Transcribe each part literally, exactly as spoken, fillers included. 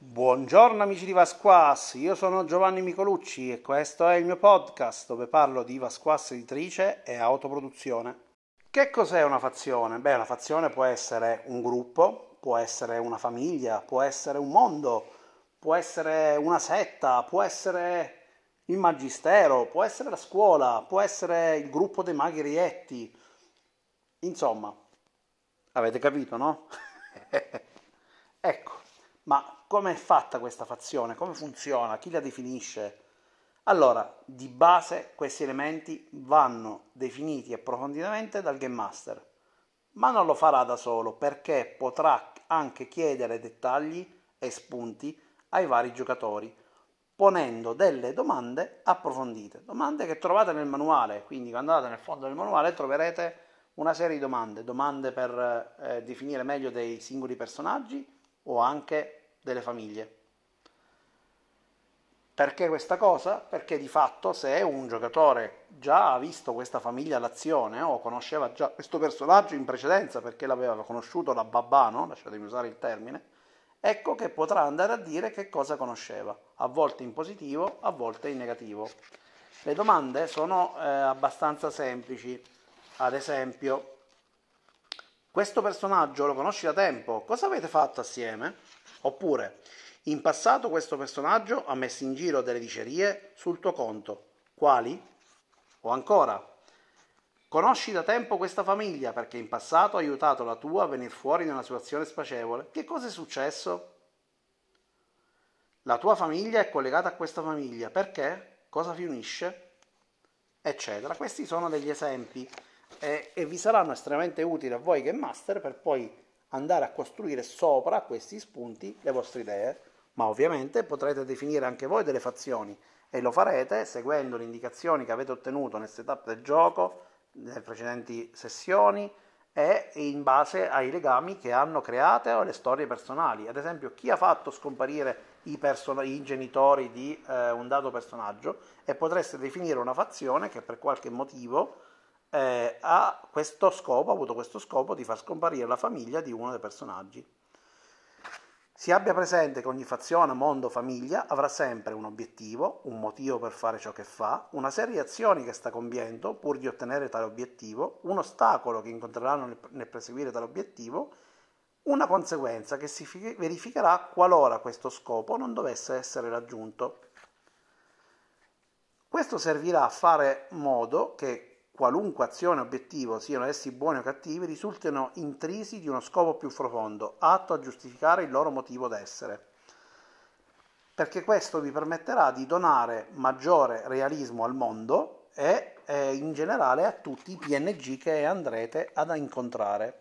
Buongiorno amici di Vasquas, io sono Giovanni Micolucci e questo è il mio podcast dove parlo di Vasquas editrice e autoproduzione. Che cos'è una fazione? Beh, una fazione può essere un gruppo, può essere una famiglia, può essere un mondo, può essere una setta, può essere il magistero, può essere la scuola, può essere il gruppo dei maghi rietti. Insomma, avete capito, no? Ecco, ma come è fatta questa fazione? Come funziona? Chi la definisce? Allora, di base questi elementi vanno definiti approfonditamente dal Game Master, ma non lo farà da solo perché potrà anche chiedere dettagli e spunti ai vari giocatori, ponendo delle domande approfondite, domande che trovate nel manuale, quindi quando andate nel fondo del manuale troverete una serie di domande, domande per eh, definire meglio dei singoli personaggi o anche delle famiglie. Perché questa cosa? Perché di fatto se un giocatore già ha visto questa famiglia all'azione o conosceva già questo personaggio in precedenza perché l'aveva conosciuto da babà, no? Lasciatemi usare il termine, ecco che potrà andare a dire che cosa conosceva, a volte in positivo, a volte in negativo. Le domande sono eh, abbastanza semplici, ad esempio, questo personaggio lo conosci da tempo, cosa avete fatto assieme? Oppure, in passato questo personaggio ha messo in giro delle dicerie sul tuo conto. Quali? O ancora, conosci da tempo questa famiglia perché in passato ha aiutato la tua a venire fuori da una situazione spiacevole. Che cosa è successo? La tua famiglia è collegata a questa famiglia. Perché? Cosa vi unisce? Eccetera. Questi sono degli esempi e, e vi saranno estremamente utili a voi Game Master per poi andare a costruire sopra questi spunti le vostre idee, ma ovviamente potrete definire anche voi delle fazioni e lo farete seguendo le indicazioni che avete ottenuto nel setup del gioco, nelle precedenti sessioni e in base ai legami che hanno create o le storie personali. Ad esempio, chi ha fatto scomparire i, person- i genitori di eh, un dato personaggio e potreste definire una fazione che per qualche motivo eh, ha questo scopo, ha avuto questo scopo di far scomparire la famiglia di uno dei personaggi. Si abbia presente che ogni fazione, mondo, famiglia avrà sempre un obiettivo, un motivo per fare ciò che fa, una serie di azioni che sta compiendo pur di ottenere tale obiettivo, un ostacolo che incontreranno nel, nel perseguire tale obiettivo, una conseguenza che si verificherà qualora questo scopo non dovesse essere raggiunto. Questo servirà a fare modo che qualunque azione o obiettivo, siano essi buoni o cattivi, risultino intrisi di uno scopo più profondo, atto a giustificare il loro motivo d'essere. Perché questo vi permetterà di donare maggiore realismo al mondo e, e in generale a tutti i P N G che andrete ad incontrare.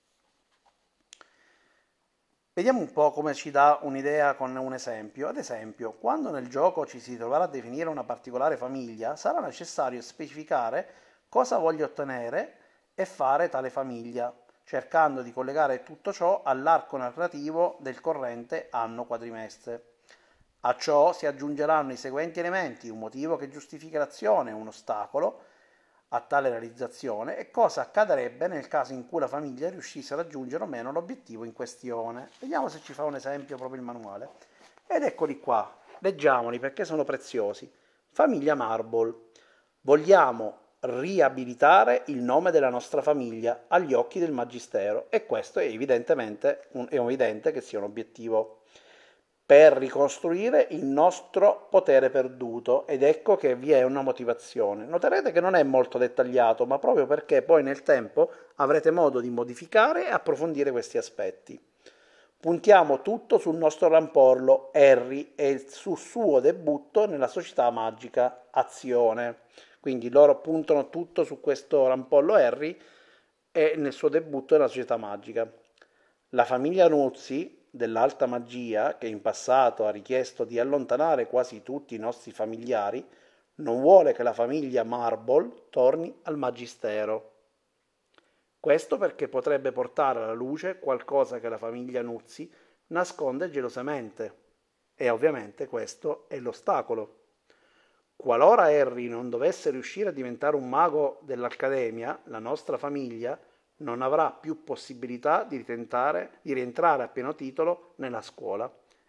Vediamo un po' come ci dà un'idea con un esempio. Ad esempio, quando nel gioco ci si troverà a definire una particolare famiglia, sarà necessario specificare cosa voglio ottenere e fare tale famiglia, cercando di collegare tutto ciò all'arco narrativo del corrente anno quadrimestre. A ciò si aggiungeranno i seguenti elementi: un motivo che giustifica l'azione, un ostacolo a tale realizzazione e cosa accadrebbe nel caso in cui la famiglia riuscisse a raggiungere o meno l'obiettivo in questione. Vediamo se ci fa un esempio proprio il manuale. Ed eccoli qua, leggiamoli perché sono preziosi. Famiglia Marble. Vogliamo riabilitare il nome della nostra famiglia agli occhi del magistero e questo è evidentemente un, è evidente che sia un obiettivo per ricostruire il nostro potere perduto, ed ecco che vi è una motivazione. Noterete che non è molto dettagliato, ma proprio perché poi nel tempo avrete modo di modificare e approfondire questi aspetti. Puntiamo tutto sul nostro ramporlo Harry e sul suo debutto nella società magica Azione. Quindi loro puntano tutto su questo rampollo Harry e nel suo debutto nella società magica. La famiglia Nuzzi dell'alta magia, che in passato ha richiesto di allontanare quasi tutti i nostri familiari, non vuole che la famiglia Marble torni al magistero. Questo perché potrebbe portare alla luce qualcosa che la famiglia Nuzzi nasconde gelosamente. E ovviamente questo è l'ostacolo. Qualora Harry non dovesse riuscire a diventare un mago dell'Accademia, la nostra famiglia non avrà più possibilità di, ritentare, di rientrare a pieno titolo nella scuola.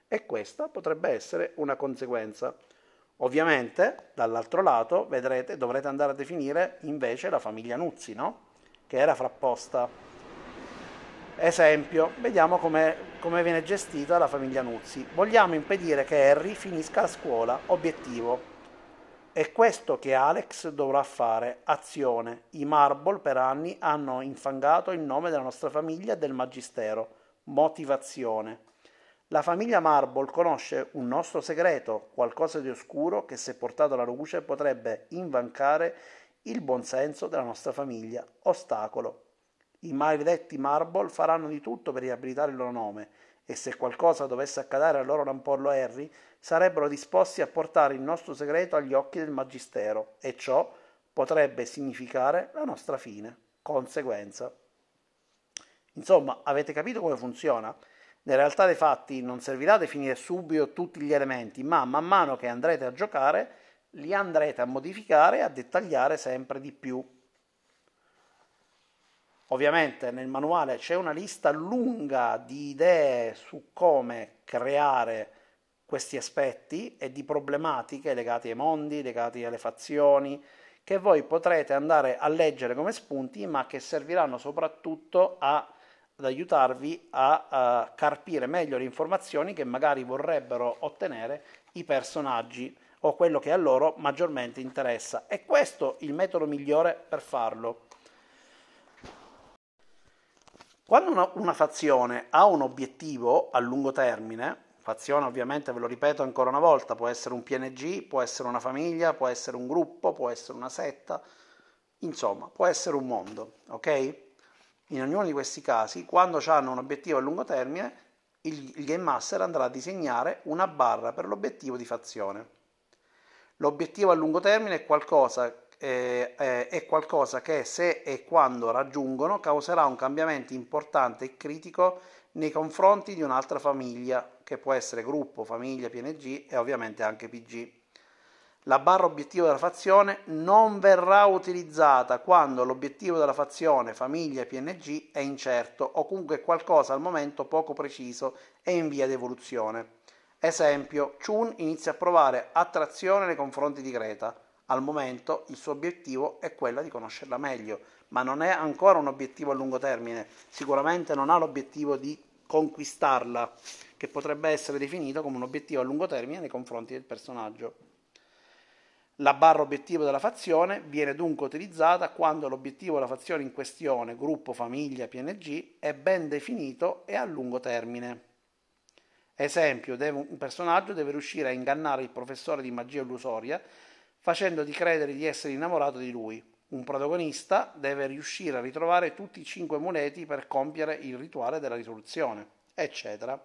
e questa potrebbe essere una conseguenza. Ovviamente, dall'altro lato, vedrete, dovrete andare a definire invece la famiglia Nuzzi, no? Che era frapposta. Esempio, vediamo come viene gestita la famiglia Nuzzi. Vogliamo impedire che Harry finisca la scuola. Obiettivo. È questo che Alex dovrà fare. Azione. I Marble per anni hanno infangato il nome della nostra famiglia e del Magistero. Motivazione. La famiglia Marble conosce un nostro segreto, qualcosa di oscuro che se portato alla luce potrebbe invancare il buonsenso della nostra famiglia. Ostacolo. I maledetti Marble faranno di tutto per riabilitare il loro nome e se qualcosa dovesse accadere al loro rampollo Harry, sarebbero disposti a portare il nostro segreto agli occhi del Magistero e ciò potrebbe significare la nostra fine. Conseguenza. Insomma, avete capito come funziona? Nella realtà dei fatti non servirà definire subito tutti gli elementi, ma man mano che andrete a giocare li andrete a modificare e a dettagliare sempre di più. Ovviamente nel manuale c'è una lista lunga di idee su come creare questi aspetti e di problematiche legate ai mondi, legati alle fazioni, che voi potrete andare a leggere come spunti, ma che serviranno soprattutto a, ad aiutarvi a, a carpire meglio le informazioni che magari vorrebbero ottenere i personaggi o quello che a loro maggiormente interessa. E questo è il metodo migliore per farlo. Quando una, una fazione ha un obiettivo a lungo termine, fazione ovviamente, ve lo ripeto ancora una volta, può essere un P N G, può essere una famiglia, può essere un gruppo, può essere una setta, insomma, può essere un mondo, ok? In ognuno di questi casi, quando hanno un obiettivo a lungo termine, il, il Game Master andrà a disegnare una barra per l'obiettivo di fazione. L'obiettivo a lungo termine è qualcosa Eh, eh, è qualcosa che se e quando raggiungono causerà un cambiamento importante e critico nei confronti di un'altra famiglia, che può essere gruppo, famiglia, P N G e ovviamente anche P G. La barra obiettivo della fazione non verrà utilizzata quando l'obiettivo della fazione, famiglia e P N G è incerto o comunque qualcosa al momento poco preciso e in via di evoluzione. Esempio, Chun inizia a provare attrazione nei confronti di Greta. Al momento il suo obiettivo è quello di conoscerla meglio, ma non è ancora un obiettivo a lungo termine, sicuramente non ha l'obiettivo di conquistarla, che potrebbe essere definito come un obiettivo a lungo termine nei confronti del personaggio. La barra obiettivo della fazione viene dunque utilizzata quando l'obiettivo della fazione in questione, gruppo, famiglia, P N G, è ben definito e a lungo termine. Esempio, deve, un personaggio deve riuscire a ingannare il professore di magia illusoria facendogli credere di essere innamorato di lui. Un protagonista deve riuscire a ritrovare tutti i cinque amuleti per compiere il rituale della risoluzione, eccetera.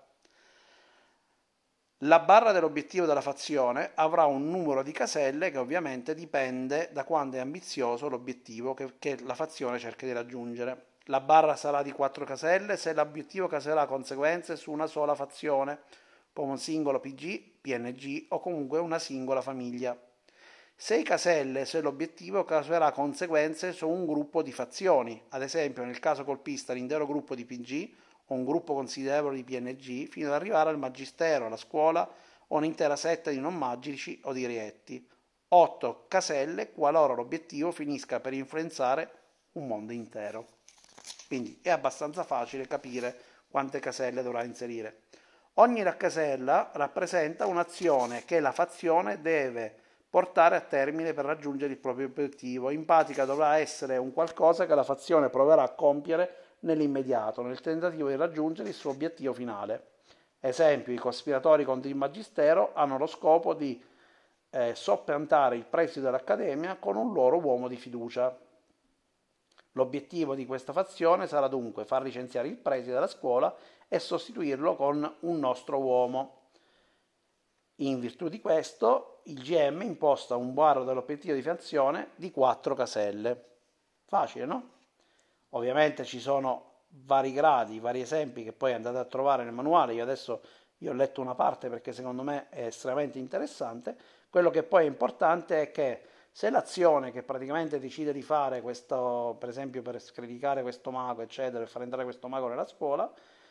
La barra dell'obiettivo della fazione avrà un numero di caselle che ovviamente dipende da quanto è ambizioso l'obiettivo che, che la fazione cerca di raggiungere. La barra sarà di quattro caselle se l'obiettivo causerà conseguenze su una sola fazione, come un singolo P G, P N G o comunque una singola famiglia. sei caselle se l'obiettivo causerà conseguenze su un gruppo di fazioni, ad esempio nel caso colpista l'intero gruppo di P G o un gruppo considerevole di P N G, fino ad arrivare al Magistero, alla scuola o un'intera setta di non magici o di rietti. otto caselle qualora l'obiettivo finisca per influenzare un mondo intero. Quindi è abbastanza facile capire quante caselle dovrà inserire. Ogni casella rappresenta un'azione che la fazione deve portare a termine per raggiungere il proprio obiettivo. In pratica dovrà essere un qualcosa che la fazione proverà a compiere nell'immediato, nel tentativo di raggiungere il suo obiettivo finale. Esempio, i cospiratori contro il Magistero hanno lo scopo di eh, soppiantare il preside dell'Accademia con un loro uomo di fiducia. L'obiettivo di questa fazione sarà dunque far licenziare il preside della scuola e sostituirlo con un nostro uomo. In virtù di questo, il G M imposta un barra dell'obiettivo di fazione di quattro caselle. Facile, no? Ovviamente ci sono vari gradi, vari esempi che poi andate a trovare nel manuale. Io adesso vi ho letto una parte perché secondo me è estremamente interessante. Quello che poi è importante è che se l'azione che praticamente decide di fare questo, per esempio per scriticare questo mago, eccetera, e far entrare questo mago nella scuola,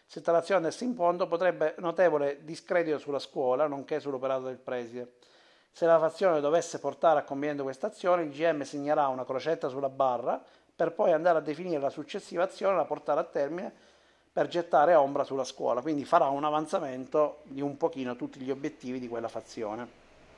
Se tale azione andasse in fondo, potrebbe notevole discredito sulla scuola, nonché sull'operato del preside. Se la fazione dovesse portare a compimento questa azione, il G M segnerà una crocetta sulla barra per poi andare a definire la successiva azione da portare a termine per gettare ombra sulla scuola, quindi farà un avanzamento di un pochino tutti gli obiettivi di quella fazione.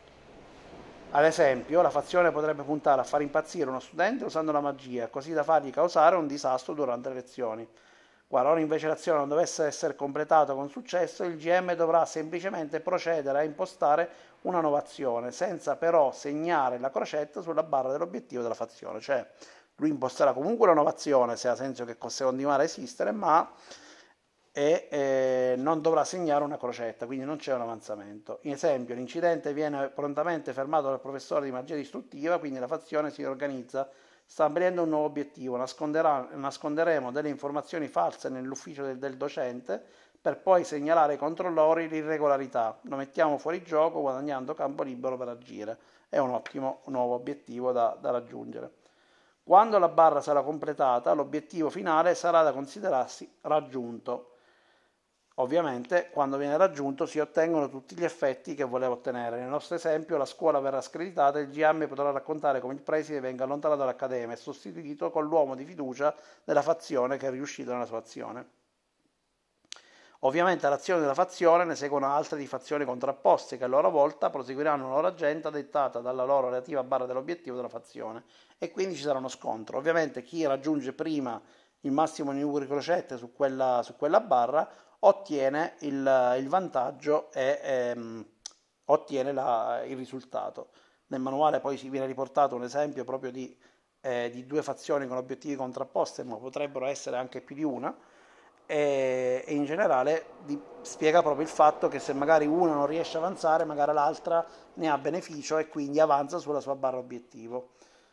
Ad esempio, la fazione potrebbe puntare a far impazzire uno studente usando la magia, così da fargli causare un disastro durante le lezioni. Qualora invece l'azione non dovesse essere completata con successo, il G M dovrà semplicemente procedere a impostare una nuova azione, senza però segnare la crocetta sulla barra dell'obiettivo della fazione. Cioè, lui imposterà comunque una nuova azione, se ha senso che possa continuare a esistere, ma e eh, non dovrà segnare una crocetta, quindi non c'è un avanzamento. In esempio, l'incidente viene prontamente fermato dal professore di magia distruttiva, quindi la fazione si riorganizza stabilendo un nuovo obiettivo. Nasconderemo delle informazioni false nell'ufficio del, del docente per poi segnalare ai controllori l'irregolarità. Lo mettiamo fuori gioco guadagnando campo libero per agire. È un ottimo nuovo obiettivo da, da raggiungere. Quando la barra sarà completata, l'obiettivo finale sarà da considerarsi raggiunto. Ovviamente, quando viene raggiunto, si ottengono tutti gli effetti che voleva ottenere. Nel nostro esempio, la scuola verrà screditata e il G M potrà raccontare come il preside venga allontanato dall'accademia e sostituito con l'uomo di fiducia della fazione che è riuscito nella sua azione. Ovviamente all'azione della fazione ne seguono altre di fazioni contrapposte che a loro volta proseguiranno una loro agenda dettata dalla loro relativa barra dell'obiettivo della fazione e quindi ci sarà uno scontro. Ovviamente chi raggiunge prima il massimo numero di crocette su quella, su quella barra ottiene il, il vantaggio e ehm, ottiene la, il risultato. Nel manuale poi si viene riportato un esempio proprio di, eh, di due fazioni con obiettivi contrapposti, ma potrebbero essere anche più di una, e, e in generale di, spiega proprio il fatto che se magari una non riesce a avanzare, magari l'altra ne ha beneficio e quindi avanza sulla sua barra obiettivo.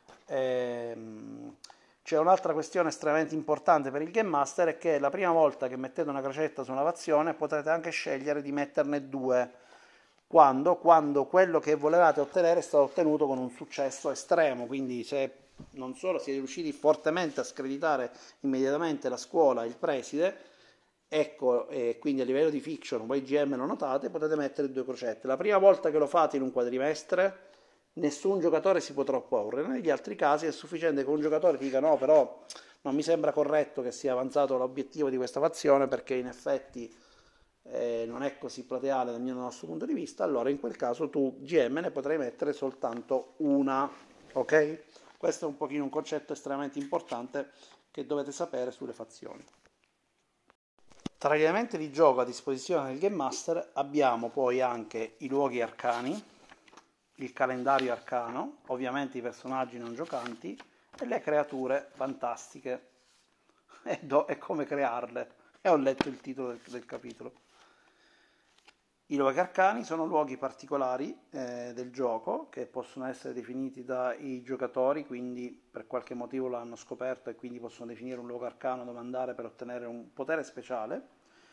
Ehm, C'è un'altra questione estremamente importante per il Game Master, è che la prima volta che mettete una crocetta su una fazione potrete anche scegliere di metterne due. Quando? Quando quello che volevate ottenere è stato ottenuto con un successo estremo, quindi se non solo siete riusciti fortemente a screditare immediatamente la scuola e il preside, ecco, e quindi a livello di fiction voi G M lo notate, potete mettere due crocette. La prima volta che lo fate in un quadrimestre nessun giocatore si potrà opporre, negli altri casi è sufficiente che un giocatore dica no, però non mi sembra corretto che sia avanzato l'obiettivo di questa fazione perché in effetti eh, non è così plateale dal mio nostro punto di vista, allora in quel caso tu G M ne potrai mettere soltanto una, ok? Questo è un pochino un concetto estremamente importante che dovete sapere sulle fazioni. Tra gli elementi di gioco a disposizione del Game Master abbiamo poi anche i luoghi arcani, il calendario arcano, ovviamente i personaggi non giocanti e le creature fantastiche e, do, e come crearle. E ho letto il titolo del, del capitolo. I luoghi arcani sono luoghi particolari eh, del gioco che possono essere definiti dai giocatori, quindi per qualche motivo l'hanno scoperto e quindi possono definire un luogo arcano dove andare per ottenere un potere speciale.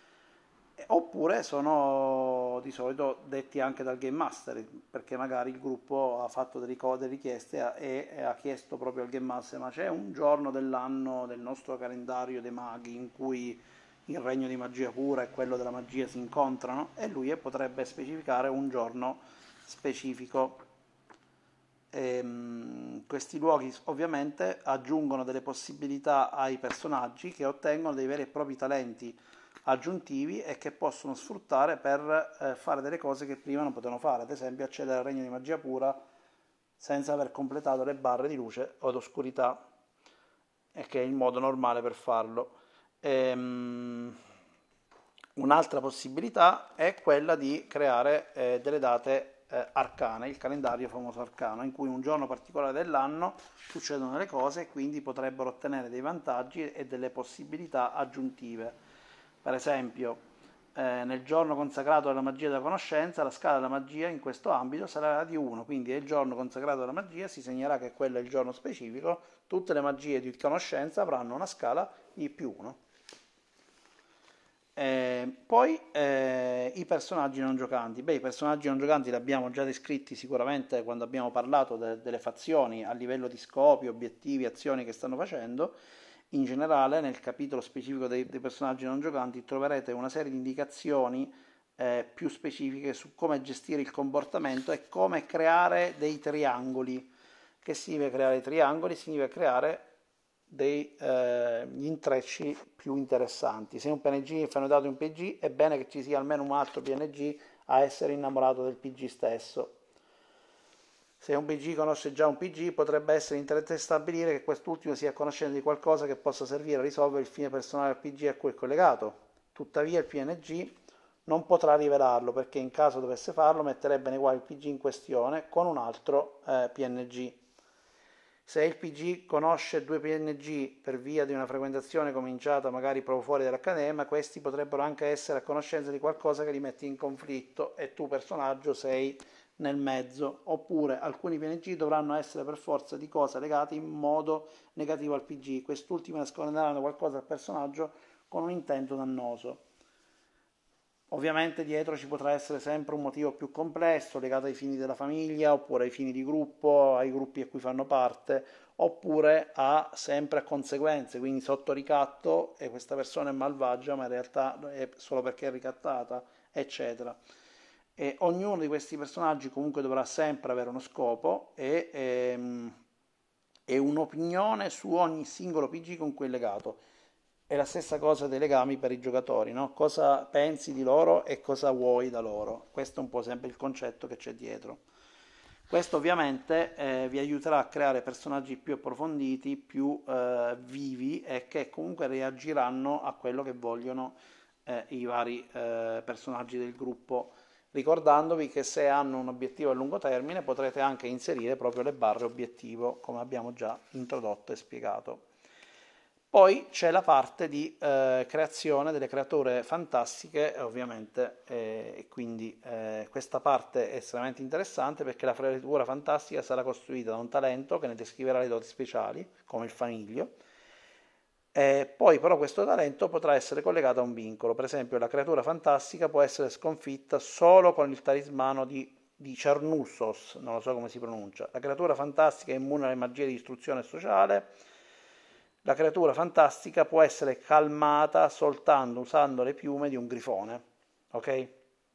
Oppure sono di solito detti anche dal Game Master, perché magari il gruppo ha fatto delle richieste e, e ha chiesto proprio al Game Master: ma c'è un giorno dell'anno del nostro calendario dei maghi in cui il regno di magia pura e quello della magia si incontrano? E lui potrebbe specificare un giorno specifico. E, um, questi luoghi ovviamente aggiungono delle possibilità ai personaggi che ottengono dei veri e propri talenti aggiuntivi e che possono sfruttare per eh, fare delle cose che prima non potevano fare, ad esempio accedere al regno di magia pura senza aver completato le barre di luce o d'oscurità, e che è il modo normale per farlo. Ehm, un'altra possibilità è quella di creare eh, delle date eh, arcane, il calendario famoso arcano, in cui un giorno particolare dell'anno succedono delle cose e quindi potrebbero ottenere dei vantaggi e delle possibilità aggiuntive. Per esempio, eh, nel giorno consacrato alla magia della conoscenza, la scala della magia in questo ambito sarà di uno, quindi è il giorno consacrato alla magia, si segnerà che quello è il giorno specifico, tutte le magie di conoscenza avranno una scala di più uno. Eh, poi eh, i personaggi non giocanti. Beh, i personaggi non giocanti li abbiamo già descritti sicuramente quando abbiamo parlato de- delle fazioni a livello di scopi, obiettivi, azioni che stanno facendo. In generale, nel capitolo specifico dei, dei personaggi non giocanti troverete una serie di indicazioni eh, più specifiche su come gestire il comportamento e come creare dei triangoli. Che significa creare triangoli? Significa creare degli eh, intrecci più interessanti. Se un P N G è fenotato in un P G, è bene che ci sia almeno un altro P N G a essere innamorato del P G stesso. Se un P G conosce già un P G, potrebbe essere interessante stabilire che quest'ultimo sia a conoscenza di qualcosa che possa servire a risolvere il fine personale del P G a cui è collegato. Tuttavia il P N G non potrà rivelarlo, perché in caso dovesse farlo metterebbe nei guai il P G in questione con un altro eh, P N G. Se il P G conosce due P N G per via di una frequentazione cominciata magari proprio fuori dall'accademia, questi potrebbero anche essere a conoscenza di qualcosa che li mette in conflitto e tu personaggio sei nel mezzo, oppure alcuni P N G dovranno essere per forza di cose legati in modo negativo al P G, quest'ultimi nasconderanno qualcosa al personaggio con un intento dannoso. Ovviamente dietro ci potrà essere sempre un motivo più complesso legato ai fini della famiglia, oppure ai fini di gruppo, ai gruppi a cui fanno parte, oppure a, sempre a conseguenze, quindi sotto ricatto e questa persona è malvagia ma in realtà è solo perché è ricattata, eccetera. E ognuno di questi personaggi comunque dovrà sempre avere uno scopo e, ehm, e un'opinione su ogni singolo P G con cui è legato. È la stessa cosa dei legami per i giocatori, no? Cosa pensi di loro e cosa vuoi da loro. Questo è un po' sempre il concetto che c'è dietro. Questo ovviamente eh, vi aiuterà a creare personaggi più approfonditi, più eh, vivi e che comunque reagiranno a quello che vogliono eh, i vari eh, personaggi del gruppo, ricordandovi che se hanno un obiettivo a lungo termine potrete anche inserire proprio le barre obiettivo, come abbiamo già introdotto e spiegato. Poi c'è la parte di eh, creazione delle creature fantastiche, ovviamente, e eh, quindi eh, questa parte è estremamente interessante perché la creatura fantastica sarà costruita da un talento che ne descriverà le doti speciali, come il faniglio. E poi però questo talento potrà essere collegato a un vincolo, per esempio la creatura fantastica può essere sconfitta solo con il talismano di, di Cernussos, non lo so come si pronuncia. La creatura fantastica è immune alle magie di istruzione sociale. La creatura fantastica può essere calmata soltanto usando le piume di un grifone, ok?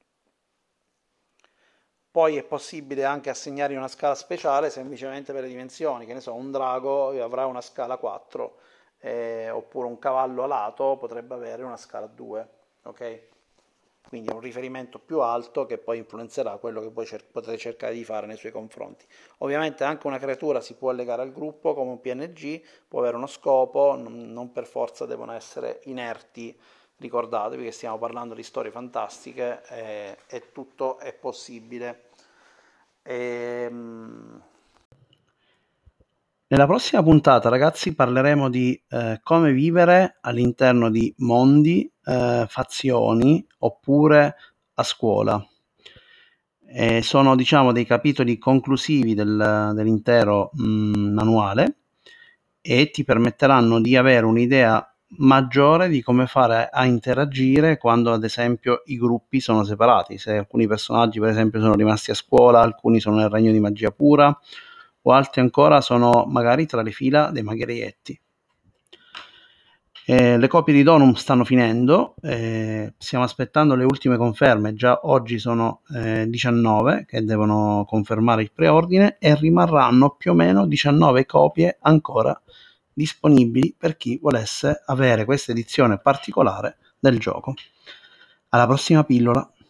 Poi è possibile anche assegnare una scala speciale semplicemente per le dimensioni, che ne so, un drago avrà una scala quattro, eh, oppure un cavallo alato potrebbe avere una scala due, ok? Quindi è un riferimento più alto che poi influenzerà quello che voi cer- potrete cercare di fare nei suoi confronti. Ovviamente anche una creatura si può legare al gruppo come un P N G, può avere uno scopo, non, non per forza devono essere inerti. Ricordatevi che stiamo parlando di storie fantastiche eh, e tutto è possibile. Ehm... Nella prossima puntata, ragazzi, parleremo di eh, come vivere all'interno di mondi, eh, fazioni oppure a scuola. E sono, diciamo, dei capitoli conclusivi del, dell'intero mh, manuale e ti permetteranno di avere un'idea maggiore di come fare a interagire quando ad esempio i gruppi sono separati, se alcuni personaggi per esempio sono rimasti a scuola, alcuni sono nel regno di magia pura o altri ancora sono magari tra le fila dei magherietti. Eh, le copie di Donum stanno finendo, eh, stiamo aspettando le ultime conferme, già oggi sono eh, diciannove che devono confermare il preordine e rimarranno più o meno diciannove copie ancora disponibili per chi volesse avere questa edizione particolare del gioco. Alla prossima pillola!